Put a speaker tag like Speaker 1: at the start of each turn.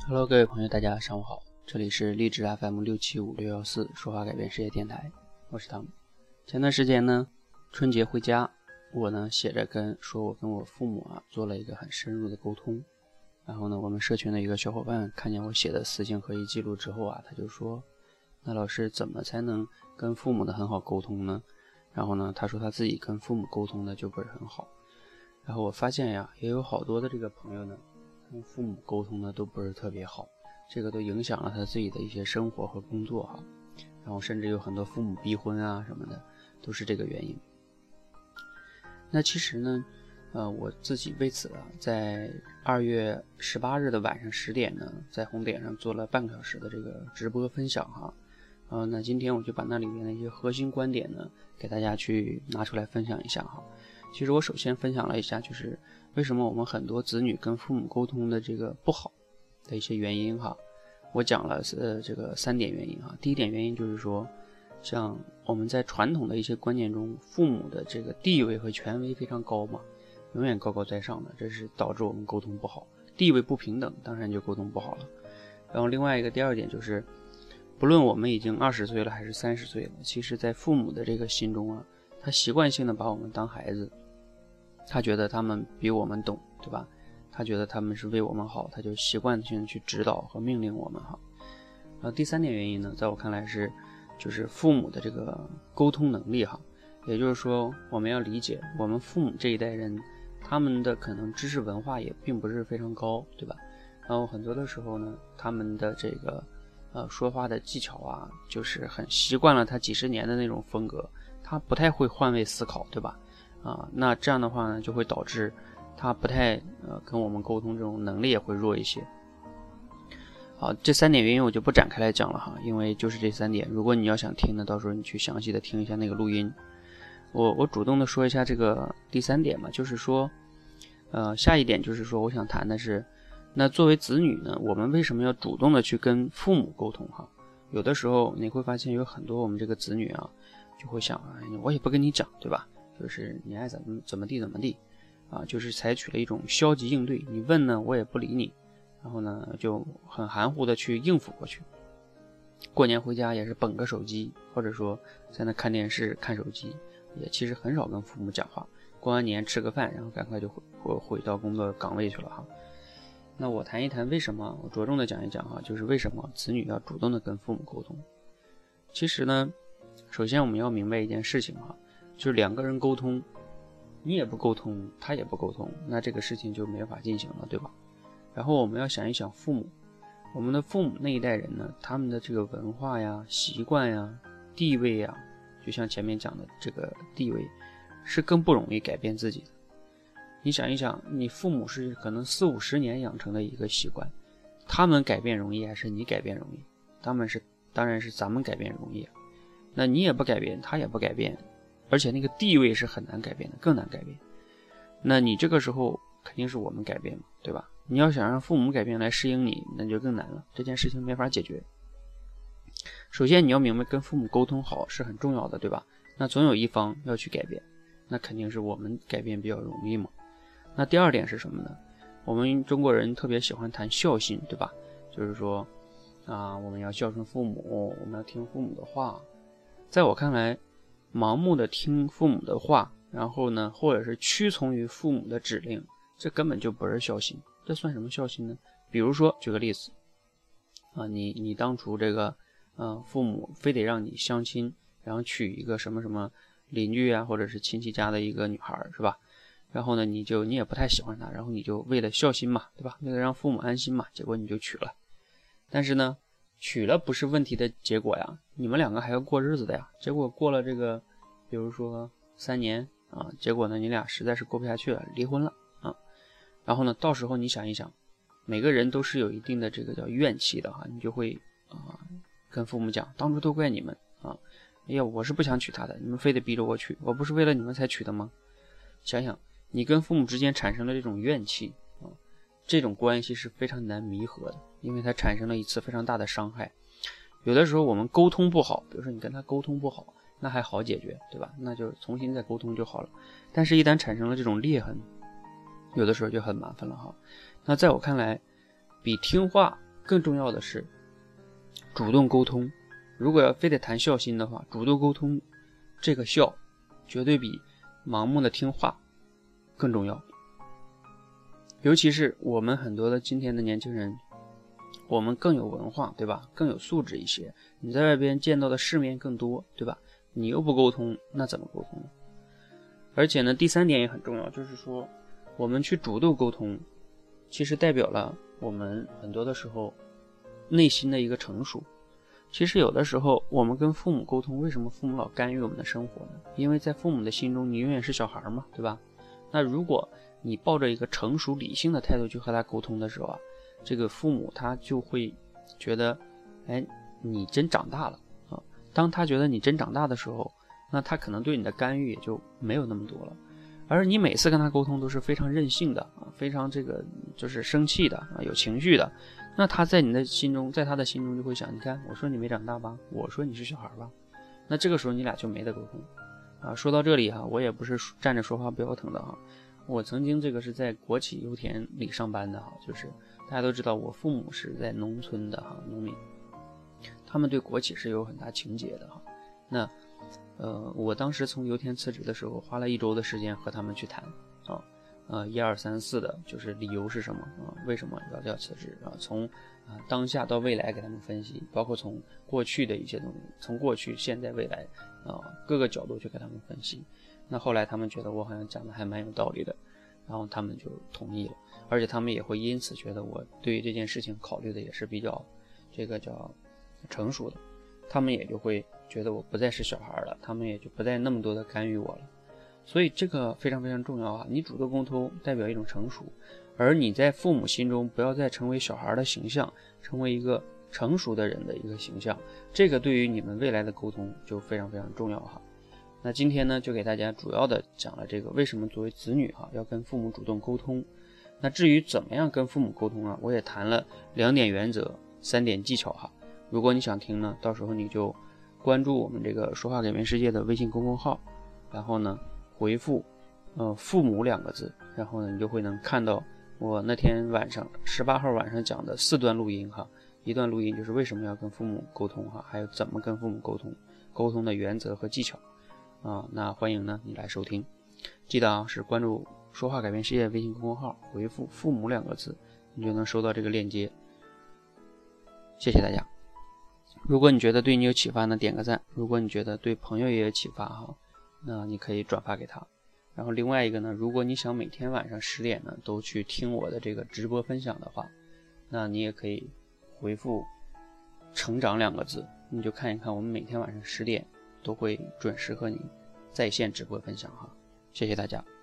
Speaker 1: Hello，各位朋友，大家上午好，这里是励志 FM675614说话改变世界电台，我是汤姆。前段时间呢，春节回家，我呢写着我跟我父母做了一个很深入的沟通。然后呢，我们社群的一个小伙伴看见我写的私信合一记录之后他就说，那老师怎么才能跟父母的很好沟通呢？然后呢，他说他自己跟父母沟通的就不是很好。然后我发现也有好多的这个朋友呢，跟父母沟通的都不是特别好，这个都影响了他自己的一些生活和工作然后甚至有很多父母逼婚什么的，都是这个原因。那其实呢，我自己为此在2月18日的晚上10点呢，在红点上做了半个小时的这个直播分享那今天我就把那里面的一些核心观点呢，给大家去拿出来分享一下其实我首先分享了一下，就是为什么我们很多子女跟父母沟通的这个不好的一些原因我讲了这个3点原因第一点原因就是说，像我们在传统的一些观念中，父母的这个地位和权威非常高嘛，永远高高在上的，这是导致我们沟通不好，地位不平等，当然就沟通不好了。然后另外一个第二点就是，不论我们已经20岁了还是30岁了，其实在父母的这个心中他习惯性的把我们当孩子，他觉得他们比我们懂，对吧？他觉得他们是为我们好，他就习惯性去指导和命令我们然后第3点原因呢，在我看来就是父母的这个沟通能力也就是说，我们要理解我们父母这一代人，他们的可能知识文化也并不是非常高，对吧？然后很多的时候呢，他们的这个说话的技巧就是很习惯了他几十年的那种风格，他不太会换位思考，对吧？那这样的话呢，就会导致他不太跟我们沟通这种能力也会弱一些。好，这3点原因我就不展开来讲了因为就是这3点，如果你要想听呢，到时候你去详细的听一下那个录音。我主动的说一下这个第3点嘛，就是说下一点就是说我想谈的是，那作为子女呢，我们为什么要主动的去跟父母沟通有的时候你会发现有很多我们这个子女就会想我也不跟你讲，对吧？就是你爱怎么地就是采取了一种消极应对，你问呢我也不理你，然后呢就很含糊的去应付过去。过年回家也是捧个手机，或者说在那看电视看手机，也其实很少跟父母讲话。过完年吃个饭，然后赶快就回到工作岗位去了那我谈一谈为什么，我着重的讲一讲就是为什么子女要主动的跟父母沟通。其实呢，首先我们要明白一件事情就是2个人沟通，你也不沟通，他也不沟通，那这个事情就没法进行了，对吧？然后我们要想一想父母，我们的父母那一代人呢，他们的这个文化习惯地位就像前面讲的这个地位，是更不容易改变自己的。你想一想，你父母是可能40-50年养成的一个习惯，他们改变容易还是你改变容易？当然是咱们改变容易那你也不改变，他也不改变，而且那个地位是很难改变的，更难改变。那你这个时候肯定是我们改变嘛，对吧？你要想让父母改变来适应你，那就更难了，这件事情没法解决。首先你要明白跟父母沟通好是很重要的，对吧？那总有一方要去改变，那肯定是我们改变比较容易嘛。那第2点是什么呢？我们中国人特别喜欢谈孝心，对吧？就是说我们要孝顺父母，我们要听父母的话。在我看来，盲目的听父母的话，然后呢，或者是屈从于父母的指令，这根本就不是孝心。这算什么孝心呢？比如说举个例子你当初这个父母非得让你相亲，然后娶一个什么什么邻居或者是亲戚家的一个女孩，是吧？然后呢你也不太喜欢她，然后你就为了孝心嘛，对吧？为了让父母安心嘛，结果你就娶了。但是呢，娶了不是问题的结果你们2个还要过日子的结果过了这个比如说3年结果呢你俩实在是过不下去了，离婚了然后呢到时候你想一想，每个人都是有一定的这个叫怨气的你就会跟父母讲，当初都怪你们哎呀我是不想娶她的，你们非得逼着我娶，我不是为了你们才娶的吗？想想你跟父母之间产生了这种怨气这种关系是非常难弥合的，因为它产生了一次非常大的伤害。有的时候我们沟通不好，比如说你跟他沟通不好，那还好解决，对吧？那就重新再沟通就好了。但是一旦产生了这种裂痕，有的时候就很麻烦了那在我看来，比听话更重要的是主动沟通。如果要非得谈孝心的话，主动沟通这个孝绝对比盲目的听话更重要。尤其是我们很多的今天的年轻人，我们更有文化，对吧？更有素质一些，你在外边见到的世面更多，对吧？你又不沟通，那怎么沟通呢？而且呢，第3点也很重要，就是说我们去主动沟通，其实代表了我们很多的时候内心的一个成熟。其实有的时候我们跟父母沟通，为什么父母老干预我们的生活呢？因为在父母的心中你永远是小孩嘛，对吧？那如果你抱着一个成熟理性的态度去和他沟通的时候啊，这个父母他就会觉得，哎，你真长大了啊。当他觉得你真长大的时候，那他可能对你的干预也就没有那么多了。而你每次跟他沟通都是非常任性的啊，非常就是生气的啊，有情绪的，那他在你的心中，在他的心中就会想，你看我说你没长大吧，我说你是小孩吧，那这个时候你俩就没得沟通啊。说到这里我也不是站着说话不腰疼的我曾经这个是在国企油田里上班的就是大家都知道我父母是在农村的农民，他们对国企是有很大情结的那我当时从油田辞职的时候，花了1周的时间和他们去谈1、2、3、4的，就是理由是什么为什么要辞职从当下到未来给他们分析，包括从过去的一些东西，从过去、现在、未来各个角度去给他们分析。那后来他们觉得我好像讲的还蛮有道理的，然后他们就同意了，而且他们也会因此觉得我对于这件事情考虑的也是比较叫成熟的，他们也就会觉得我不再是小孩了，他们也就不再那么多的干预我了。所以这个非常非常重要你主动沟通代表一种成熟，而你在父母心中不要再成为小孩的形象，成为一个成熟的人的一个形象，这个对于你们未来的沟通就非常非常重要那今天呢，就给大家主要的讲了这个为什么作为子女要跟父母主动沟通。那至于怎么样跟父母沟通我也谈了2点原则、3点技巧如果你想听呢，到时候你就关注我们这个说话改变世界的微信公众号，然后呢回复父母2个字，然后呢你就会能看到我那天晚上18号晚上讲的4段录音一段录音就是为什么要跟父母沟通还有怎么跟父母沟通的原则和技巧那欢迎呢你来收听，记得是关注说话改变世界微信公众号，回复父母2个字，你就能收到这个链接。谢谢大家。如果你觉得对你有启发呢，点个赞；如果你觉得对朋友也有启发那你可以转发给他。然后另外一个呢，如果你想每天晚上10点呢都去听我的这个直播分享的话，那你也可以回复成长2个字，你就看一看我们每天晚上10点都会准时和你在线直播分享谢谢大家。